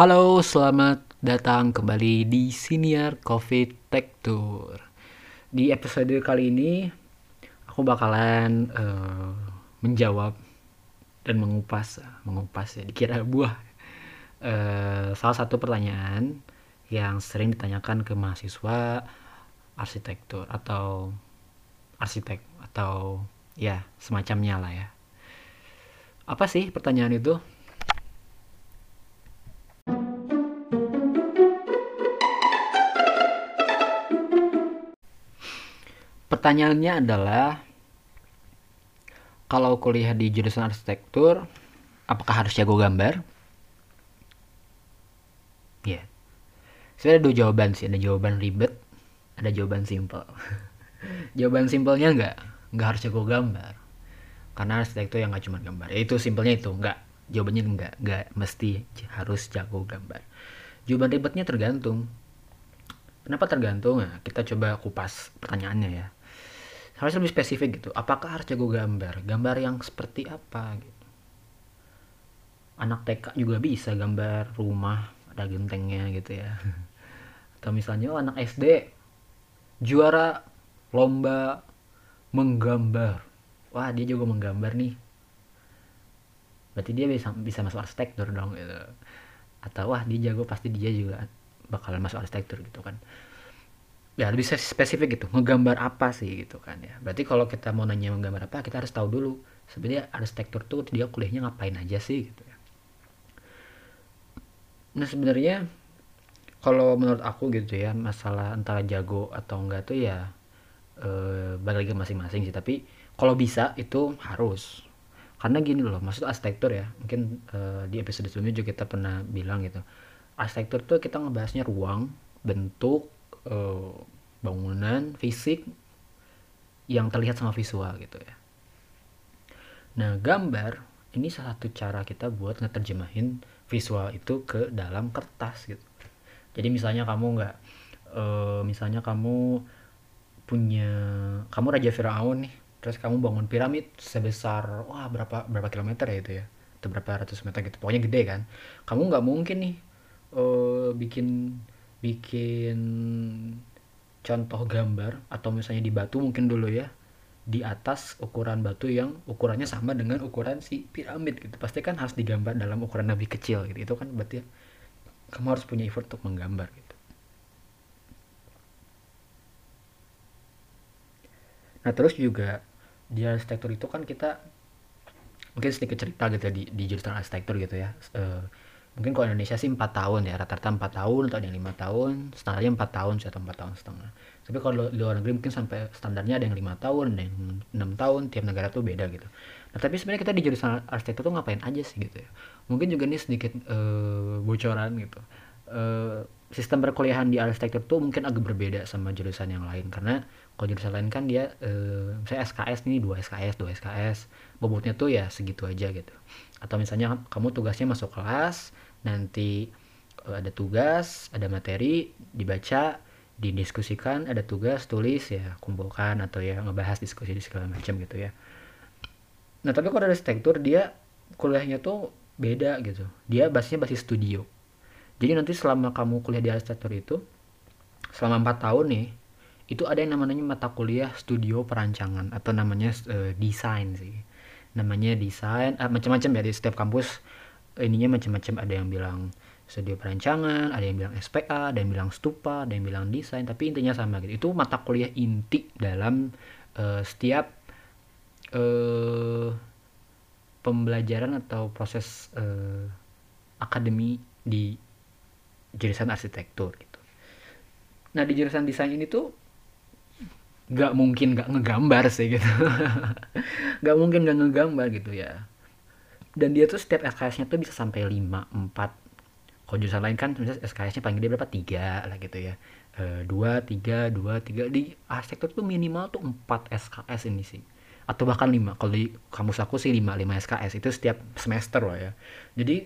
Halo, selamat datang kembali di Senior Covid Tech Tour. Di episode kali ini, aku bakalan menjawab dan mengupas ya, dikira buah. Salah satu pertanyaan yang sering ditanyakan ke mahasiswa arsitektur atau arsitek atau ya semacamnya lah ya. Apa sih pertanyaan itu? Pertanyaannya adalah, kalau kuliah di jurusan arsitektur, apakah harus jago gambar? Ya, yeah. Sebenarnya ada dua jawaban sih, ada jawaban ribet, ada jawaban simpel. Jawaban simpelnya nggak harus jago gambar, karena arsitektur yang nggak cuma gambar. Ya itu simpelnya itu, nggak. Jawabannya nggak mesti harus jago gambar. Jawaban ribetnya tergantung. Kenapa tergantung? Nah, kita coba kupas pertanyaannya ya. Harus lebih spesifik gitu. Apakah harus jago gambar? Gambar yang seperti apa gitu. Anak TK juga bisa gambar rumah, ada gentengnya gitu ya. Atau misalnya anak SD juara lomba menggambar. Wah, dia juga menggambar nih. Berarti dia bisa masuk arsitektur dong gitu. Atau wah, dia jago, pasti dia juga bakalan masuk arsitektur gitu kan. Ya lebih spesifik gitu, ngegambar apa sih gitu kan ya. Berarti kalau kita mau nanya menggambar apa, kita harus tahu dulu sebenarnya arsitektur tuh dia kuliahnya ngapain aja sih gitu ya. Nah sebenarnya kalau menurut aku gitu ya, masalah antara jago atau enggak tuh ya balik lagi masing-masing sih. Tapi kalau bisa itu harus, karena gini loh, maksud arsitektur ya, mungkin di episode sebelumnya juga kita pernah bilang gitu, arsitektur tuh kita ngebahasnya ruang, bentuk, eh, bangunan, fisik yang terlihat sama visual gitu ya. Nah gambar ini salah satu cara kita buat ngeterjemahin visual itu ke dalam kertas gitu. Jadi misalnya kamu nggak, misalnya punya kamu Raja Firaun nih, terus kamu bangun piramid sebesar wah berapa berapa kilometer ya itu ya, atau berapa ratus meter gitu, pokoknya gede kan. Kamu nggak mungkin nih bikin bikin contoh gambar atau misalnya di batu mungkin dulu ya, di atas ukuran batu yang ukurannya sama dengan ukuran si piramid gitu, pasti kan harus digambar dalam ukuran lebih kecil gitu. Itu kan berarti kamu harus punya effort untuk menggambar gitu. Nah terus juga di arsitektur itu kan kita mungkin sedikit cerita gitu ya, di jurusan arsitektur gitu ya. Mungkin kalau Indonesia sih 4 tahun ya, rata-rata 4 tahun atau ada yang 5 tahun, standarnya 4 tahun sih, atau 4 tahun setengah. Tapi kalau di luar negeri mungkin sampai standarnya ada yang 5 tahun, ada yang 6 tahun, tiap negara tuh beda gitu. Nah tapi sebenarnya kita di jurusan arsitektur tuh ngapain aja sih gitu ya. Mungkin juga nih sedikit bocoran gitu. Eh, Sistem perkuliahan di arsitektur tuh mungkin agak berbeda sama jurusan yang lain, karena kalau jurusan lain kan dia saya SKS nih, 2 SKS 2 SKS, bobotnya tuh ya segitu aja gitu. Atau misalnya kamu tugasnya masuk kelas, nanti ada tugas, ada materi, dibaca, didiskusikan, ada tugas, tulis ya, kumpulkan atau ya ngebahas diskusi di segala macam gitu ya. Nah tapi kalau dari arsitektur dia kuliahnya tuh beda gitu, dia basisnya basis studio. Jadi nanti selama kamu kuliah di arsitektur itu, selama 4 tahun nih, itu ada yang namanya mata kuliah studio perancangan, atau namanya desain sih. Namanya desain, macam-macam ya, di setiap kampus ininya macam-macam, ada yang bilang studio perancangan, ada yang bilang SPA, ada yang bilang stupa, ada yang bilang desain, tapi intinya sama gitu. Itu mata kuliah inti dalam setiap eh, pembelajaran atau proses akademi di jurusan arsitektur gitu. Nah di jurusan desain ini tuh nggak mungkin nggak ngegambar sih gitu. Nggak mungkin nggak ngegambar gitu ya. Dan dia tuh setiap SKS-nya tuh bisa sampai 5 4. Kalau jurusan lain kan misalnya SKS-nya paling gede berapa, 3 lah gitu ya. 2 3 2 3, di arsitektur tuh minimal tuh 4 SKS ini sih, atau bahkan 5. Kalau di kampus aku sih 5 SKS itu setiap semester loh ya. Jadi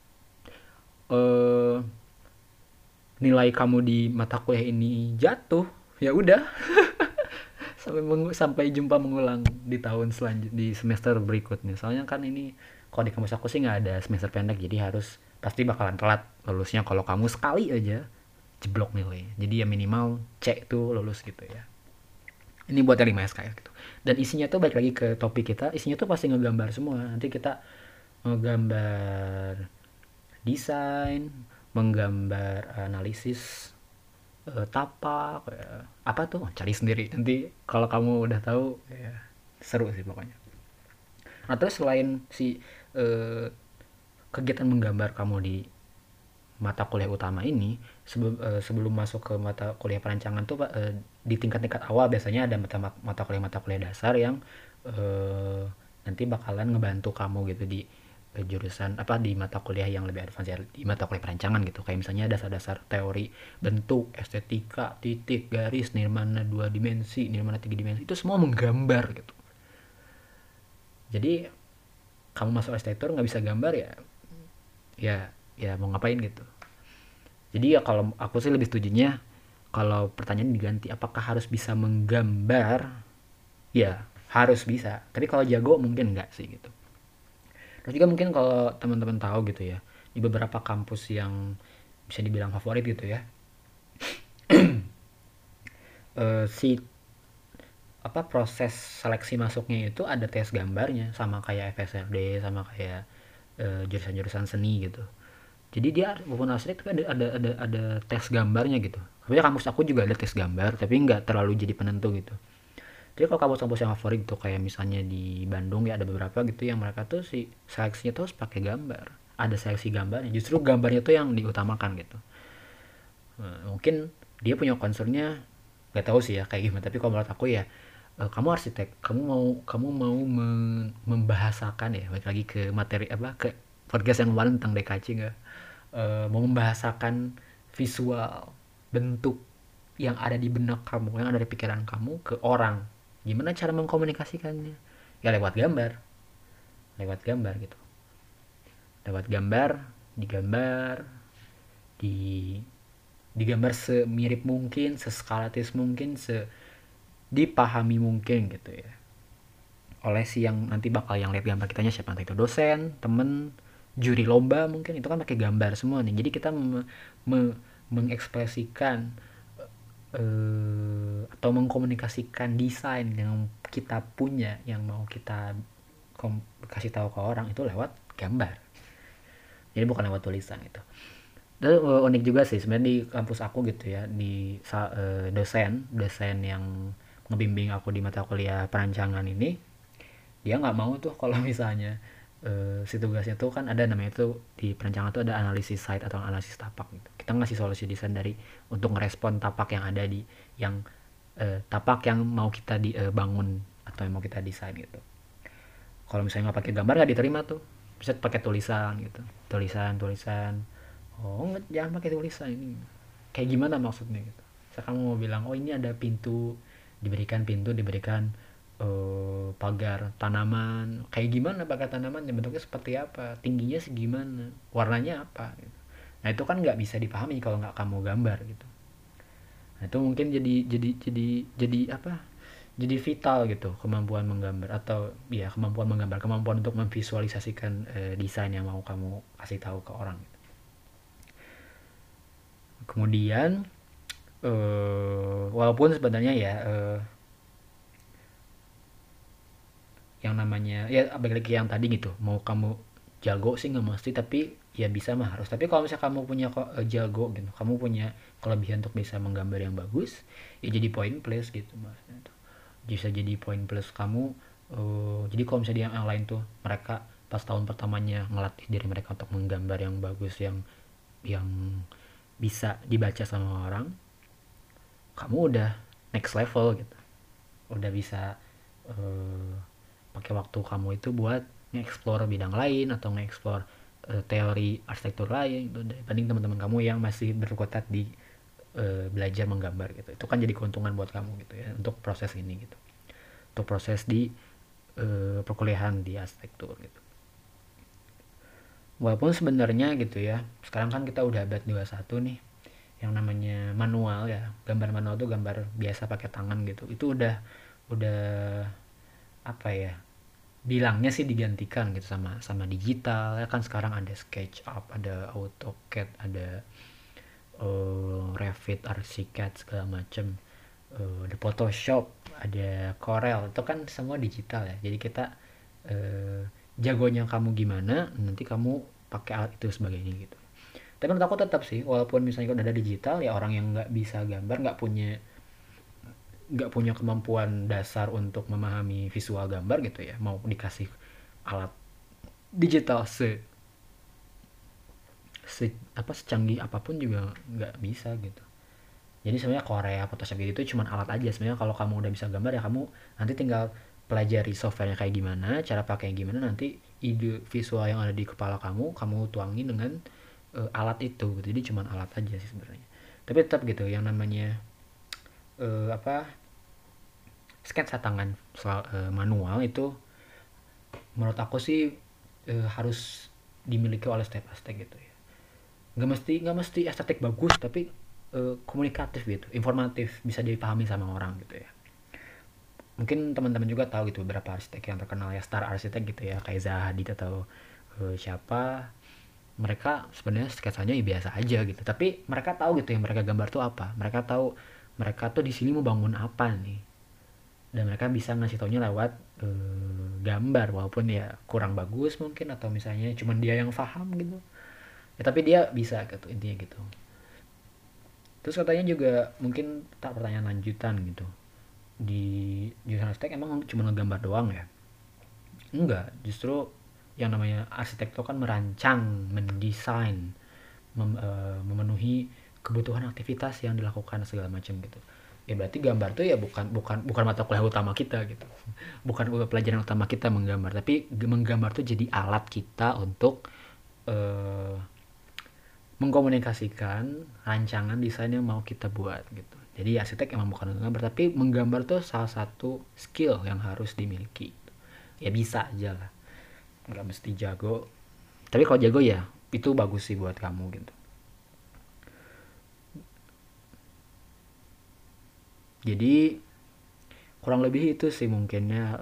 eh, nilai kamu di mata kuliah ini jatuh, ya udah, sampai jumpa mengulang di tahun selanjutnya, di semester berikutnya. Soalnya kan ini kalau di kampus aku sih nggak ada semester pendek, jadi harus pasti bakalan telat lulusnya kalau kamu sekali aja jeblok nilai. Jadi ya minimal C tuh lulus gitu ya. Ini buat yang 5 SKS gitu. Dan isinya tuh balik lagi ke topik kita, isinya tuh pasti ngegambar semua. Nanti kita ngegambar desain, menggambar analisis tapak, apa tuh cari sendiri. Nanti kalau kamu udah tahu ya seru sih pokoknya. Nah terus selain si eh, kegiatan menggambar kamu di mata kuliah utama ini, sebelum masuk ke mata kuliah perancangan tuh di tingkat-tingkat awal biasanya ada mata kuliah dasar yang eh, nanti bakalan ngebantu kamu gitu di jurusan apa di mata kuliah yang lebih advance ya, di mata kuliah perancangan gitu, kayak misalnya dasar-dasar teori bentuk, estetika, titik, garis, nirmana dua dimensi, nirmana tiga dimensi, itu semua menggambar gitu. Jadi kamu masuk arsitektur nggak bisa gambar ya, ya ya mau ngapain gitu. Jadi ya kalau aku sih lebih setujunya kalau pertanyaan diganti apakah harus bisa menggambar, ya harus bisa. Tapi kalau jago mungkin enggak sih gitu. Terus juga mungkin kalau teman-teman tahu gitu ya, di beberapa kampus yang bisa dibilang favorit gitu ya, si apa proses seleksi masuknya itu ada tes gambarnya sama kayak FSRD, sama kayak jurusan-jurusan seni gitu. Jadi dia walaupun arsitek tapi ada tes gambarnya gitu. Sebenarnya kampus aku juga ada tes gambar tapi nggak terlalu jadi penentu gitu. Jadi kalau kampus-kampus yang favorit tuh kayak misalnya di Bandung ya ada beberapa gitu yang mereka tuh si seleksinya tuh harus pakai gambar. Ada seleksi gambarnya. Justru gambarnya tuh yang diutamakan gitu. Mungkin dia punya concernnya nggak tahu sih ya kayak gimana. Tapi kalau menurut aku ya kamu arsitek, kamu mau membahasakan ya balik lagi ke materi apa ke podcast yang kemarin tentang DKC nggak. Mau membahasakan visual bentuk yang ada di benak kamu, yang ada di pikiran kamu ke orang. Gimana cara mengkomunikasikannya? Ya lewat gambar, lewat gambar gitu. Lewat gambar, digambar, di digambar semirip mungkin, seskalatis mungkin, dipahami mungkin gitu ya. Oleh si yang nanti bakal yang lihat gambar kitanya siapa, entah itu dosen, temen, juri lomba mungkin itu kan pakai gambar semua nih. Jadi kita mengekspresikan atau mengkomunikasikan desain yang kita punya yang mau kita kasih tahu ke orang itu lewat gambar, jadi bukan lewat tulisan itu. Dan unik juga sih sebenarnya di kampus aku gitu ya, di dosen dosen yang ngebimbing aku di mata kuliah perancangan ini, dia nggak mau tuh kalau misalnya si tugasnya tuh kan ada namanya tuh di perancangan tuh ada analisis site atau analisis tapak gitu. Kita ngasih solusi desain dari untuk ngerespon tapak yang ada di yang tapak yang mau kita dibangun atau yang mau kita desain gitu. Kalau misalnya nggak pakai gambar nggak diterima tuh, bisa pakai tulisan gitu, tulisan. Oh nggak, jangan pakai tulisan ini. Kayak gimana maksudnya gitu. Saya kamu mau bilang oh ini ada pintu diberikan pagar tanaman, kayak gimana pagar tanaman yang bentuknya seperti apa, tingginya segimana, warnanya apa gitu. Nah itu kan nggak bisa dipahami kalau nggak kamu gambar gitu. Nah itu mungkin jadi apa, jadi vital gitu kemampuan menggambar, atau ya kemampuan menggambar, kemampuan untuk memvisualisasikan desain yang mau kamu kasih tahu ke orang gitu. Kemudian walaupun sebenarnya ya yang namanya ya balik lagi yang tadi gitu, mau kamu jago sih nggak mesti, tapi ya bisa mah harus. Tapi kalau misalnya kamu punya jago gitu, kamu punya kelebihan untuk bisa menggambar yang bagus, ya jadi point plus gitu mas. Bisa jadi point plus kamu. Jadi kalau misalnya yang lain tuh mereka pas tahun pertamanya ngelatih diri mereka untuk menggambar yang bagus, yang bisa dibaca sama orang, kamu udah next level gitu, udah bisa uh, pakai waktu kamu itu buat nge-explore bidang lain atau nge-explore teori arsitektur lain gitu, dibanding teman-teman kamu yang masih berkutat di belajar menggambar gitu. Itu kan jadi keuntungan buat kamu gitu ya untuk proses ini gitu, untuk proses di perkuliahan di arsitektur gitu. Walaupun sebenarnya gitu ya, sekarang kan kita udah abad 21 nih, yang namanya manual ya, gambar manual tuh gambar biasa pakai tangan gitu, itu udah apa ya, bilangnya sih digantikan gitu sama sama digital ya kan. Sekarang ada SketchUp, ada AutoCAD, ada Revit, Archicad segala macem, ada Photoshop, ada Corel, itu kan semua digital ya. Jadi kita eh, jagonya kamu gimana, nanti kamu pakai alat itu sebagainya gitu. Tapi menurut aku tetap sih, walaupun misalnya udah ada digital ya, orang yang nggak bisa gambar, nggak punya kemampuan dasar untuk memahami visual gambar gitu ya, mau dikasih alat digital apa secanggih apapun juga nggak bisa gitu. Jadi sebenarnya Korea Photoshop itu cuma alat aja sebenarnya. Kalau kamu udah bisa gambar ya kamu nanti tinggal pelajari softwarenya kayak gimana, cara pakainya gimana, nanti ide visual yang ada di kepala kamu tuangin dengan alat itu gitu. Jadi cuma alat aja sih sebenarnya. Tapi tetap gitu yang namanya apa sketsa tangan manual itu menurut aku sih harus dimiliki oleh setiap aspek gitu ya. Nggak mesti estetik bagus, tapi komunikatif gitu, informatif, bisa dipahami sama orang gitu ya. Mungkin teman-teman juga tahu gitu beberapa arsitek yang terkenal ya, star arsitek gitu ya, kayak Zaha Hadid atau siapa. Mereka sebenarnya sketsanya ya biasa aja gitu, tapi mereka tahu gitu yang mereka gambar tuh apa. Mereka tahu mereka tuh di sini mau bangun apa nih, dan mereka bisa ngasih taunya lewat gambar, walaupun ya kurang bagus mungkin, atau misalnya cuman dia yang paham gitu ya, tapi dia bisa gitu intinya gitu. Terus katanya juga mungkin tak pertanyaan lanjutan gitu, di jurusan arsitek emang cuma ngegambar doang ya? Enggak, justru yang namanya arsitek itu kan merancang, mendesain, memenuhi kebutuhan aktivitas yang dilakukan segala macam gitu. Ya berarti gambar tuh ya bukan bukan bukan mata kuliah utama kita gitu. Bukan pelajaran utama kita menggambar, tapi menggambar tuh jadi alat kita untuk eh, mengkomunikasikan rancangan desain yang mau kita buat gitu. Jadi arsitek emang bukan menggambar, tapi menggambar tuh salah satu skill yang harus dimiliki. Ya bisa aja lah, nggak mesti jago. Tapi kalau jago ya itu bagus sih buat kamu gitu. Jadi kurang lebih itu sih mungkinnya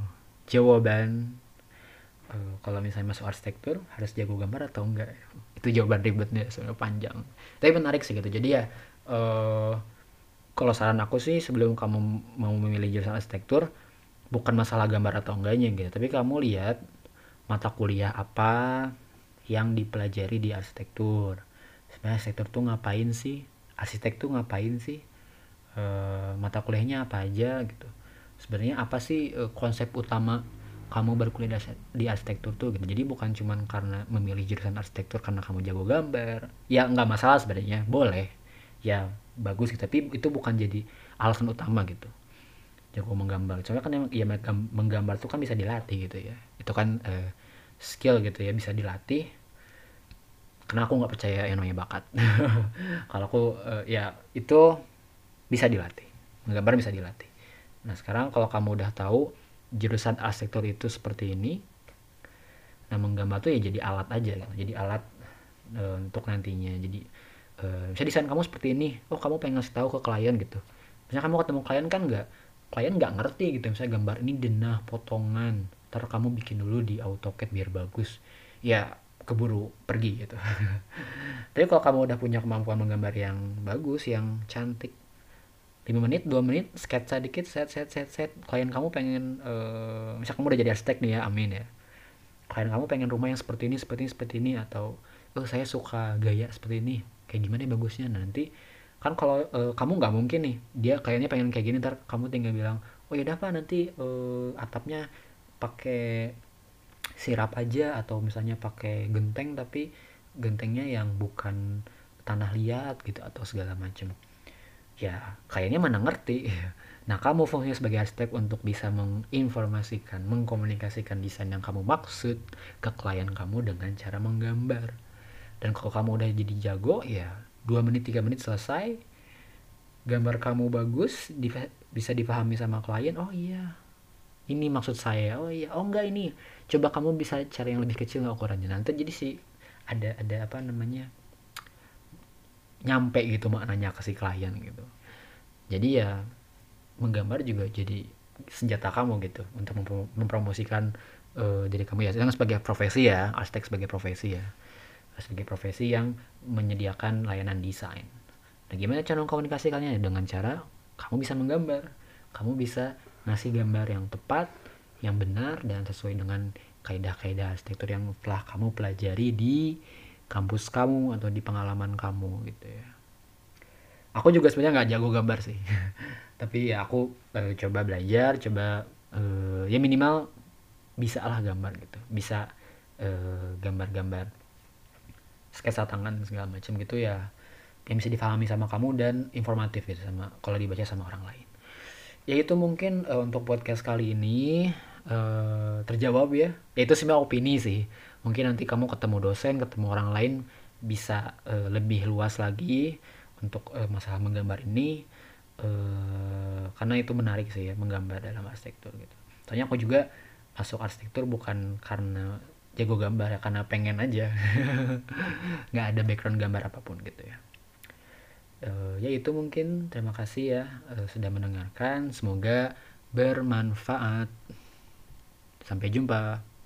jawaban kalau misalnya masuk arsitektur harus jago gambar atau enggak. Itu jawaban ribetnya sebenarnya panjang. Tapi menarik sih gitu. Jadi ya eh, kalau saran aku sih sebelum kamu mau memilih jurusan arsitektur, bukan masalah gambar atau enggaknya gitu, tapi kamu lihat mata kuliah apa yang dipelajari di arsitektur. Sebenarnya arsitektur tuh ngapain sih? Arsitek tuh ngapain sih? Mata kuliahnya apa aja gitu. Sebenarnya apa sih konsep utama kamu berkuliah di arsitektur tuh gitu. Jadi bukan cuman karena memilih jurusan arsitektur karena kamu jago gambar. Ya nggak masalah sebenarnya, boleh. Ya bagus gitu, tapi itu bukan jadi alasan utama gitu. Jago menggambar. Soalnya kan ya menggambar tuh kan bisa dilatih gitu ya. Itu kan skill gitu ya, bisa dilatih. Karena aku nggak percaya yang namanya bakat. Kalau aku ya itu bisa dilatih. Menggambar bisa dilatih. Nah sekarang kalau kamu udah tahu jurusan arsitektur itu seperti ini, nah menggambar tuh ya jadi alat aja gitu. Jadi alat untuk nantinya. Jadi misalnya desain kamu seperti ini, oh kamu pengen ngasih tahu ke klien gitu. Misalnya kamu ketemu klien nggak ngerti gitu. Misalnya gambar ini denah, potongan, ntar kamu bikin dulu di AutoCAD biar bagus. Ya keburu pergi gitu. Tapi kalau kamu udah punya kemampuan menggambar yang bagus, yang cantik, 5 menit 2 menit sketsa dikit, set klien kamu pengen misal kamu udah jadi arsitek nih ya, amin ya, klien kamu pengen rumah yang seperti ini atau saya suka gaya seperti ini, kayak gimana ya bagusnya. Nah, nanti kan kalau kamu nggak mungkin nih dia kayaknya pengen kayak gini, ntar kamu tinggal bilang oh ya udah pak nanti atapnya pakai sirap aja, atau misalnya pakai genteng tapi gentengnya yang bukan tanah liat gitu atau segala macam. Ya kayaknya mana ngerti. Nah kamu fungsinya sebagai arsitek untuk bisa menginformasikan, mengkomunikasikan desain yang kamu maksud ke klien kamu dengan cara menggambar. Dan kalau kamu udah jadi jago ya 2 menit 3 menit selesai, gambar kamu bagus, bisa dipahami sama klien. Oh iya ini maksud saya, oh iya, oh enggak ini, coba kamu bisa cari yang lebih kecil nggak ukurannya. Nanti jadi sih ada apa namanya, nyampe gitu maknanya ke si klien gitu. Jadi ya menggambar juga jadi senjata kamu gitu untuk mempromosikan diri kamu ya, sedang sebagai profesi ya, arsitek sebagai profesi ya, sebagai profesi yang menyediakan layanan desain. Nah, gimana cara komunikasi kalian? Dengan cara kamu bisa menggambar, kamu bisa ngasih gambar yang tepat, yang benar dan sesuai dengan kaidah-kaidah arsitektur yang telah kamu pelajari di kampus kamu atau di pengalaman kamu gitu ya. Aku juga sebenarnya nggak jago gambar sih, tapi ya aku coba belajar, coba ya minimal bisa lah gambar gitu, bisa gambar-gambar sketsa tangan segala macam gitu ya, yang bisa difahami sama kamu dan informatif gitu sama kalau dibaca sama orang lain. Ya itu mungkin untuk podcast kali ini terjawab ya. Ya itu sebenarnya opini sih. Mungkin nanti kamu ketemu dosen, ketemu orang lain bisa lebih luas lagi untuk masalah menggambar ini. Karena itu menarik sih ya, menggambar dalam arsitektur gitu. Soalnya aku juga masuk arsitektur bukan karena jago gambar ya, karena pengen aja. Nggak ada background gambar apapun gitu ya. Ya itu mungkin, terima kasih ya sudah mendengarkan, semoga bermanfaat. Sampai jumpa.